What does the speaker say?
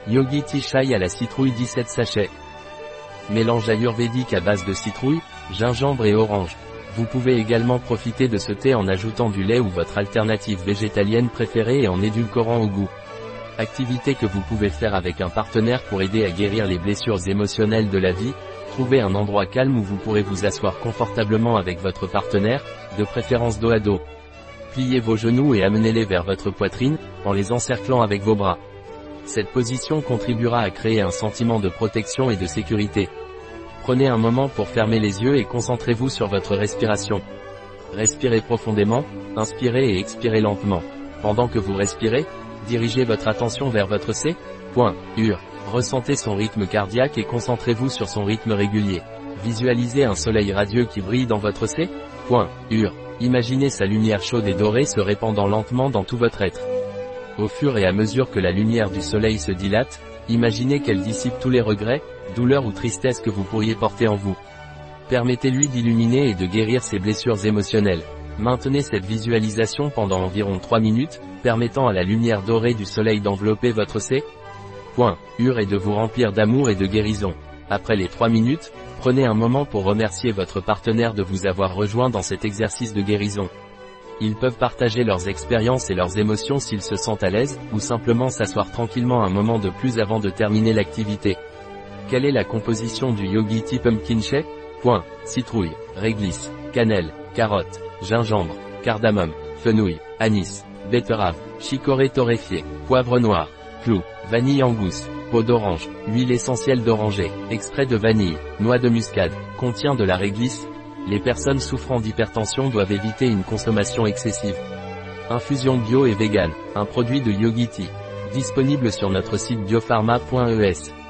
Yogi Tea Chai à la citrouille 17 sachets. Mélange ayurvédique à base de citrouille, gingembre et orange. Vous pouvez également profiter de ce thé en ajoutant du lait ou votre alternative végétalienne préférée et en édulcorant au goût. Activité que vous pouvez faire avec un partenaire pour aider à guérir les blessures émotionnelles de la vie. Trouvez un endroit calme où vous pourrez vous asseoir confortablement avec votre partenaire, de préférence dos à dos. Pliez vos genoux et amenez-les vers votre poitrine, en les encerclant avec vos bras. Cette position contribuera à créer un sentiment de protection et de sécurité. Prenez un moment pour fermer les yeux et concentrez-vous sur votre respiration. Respirez profondément, inspirez et expirez lentement. Pendant que vous respirez, dirigez votre attention vers votre C.ur. Ressentez son rythme cardiaque et concentrez-vous sur son rythme régulier. Visualisez un soleil radieux qui brille dans votre C.ur. Imaginez sa lumière chaude et dorée se répandant lentement dans tout votre être. Au fur et à mesure que la lumière du soleil se dilate, imaginez qu'elle dissipe tous les regrets, douleurs ou tristesses que vous pourriez porter en vous. Permettez-lui d'illuminer et de guérir ses blessures émotionnelles. Maintenez cette visualisation pendant environ 3 minutes, permettant à la lumière dorée du soleil d'envelopper votre C.ur et de vous remplir d'amour et de guérison. Après les 3 minutes, prenez un moment pour remercier votre partenaire de vous avoir rejoint dans cet exercice de guérison. Ils peuvent partager leurs expériences et leurs émotions s'ils se sentent à l'aise, ou simplement s'asseoir tranquillement un moment de plus avant de terminer l'activité. Quelle est la composition du Yogi Tea Pumpkin Chai? Citrouille, réglisse, cannelle, carotte, gingembre, cardamome, fenouil, anis, betterave, chicorée torréfiée, poivre noir, clou, vanille en gousse, peau d'orange, huile essentielle d'oranger, extrait de vanille, noix de muscade, contient de la réglisse. Les personnes souffrant d'hypertension doivent éviter une consommation excessive. Infusion bio et vegan, un produit de Yogi Tea. Disponible sur notre site biopharma.es.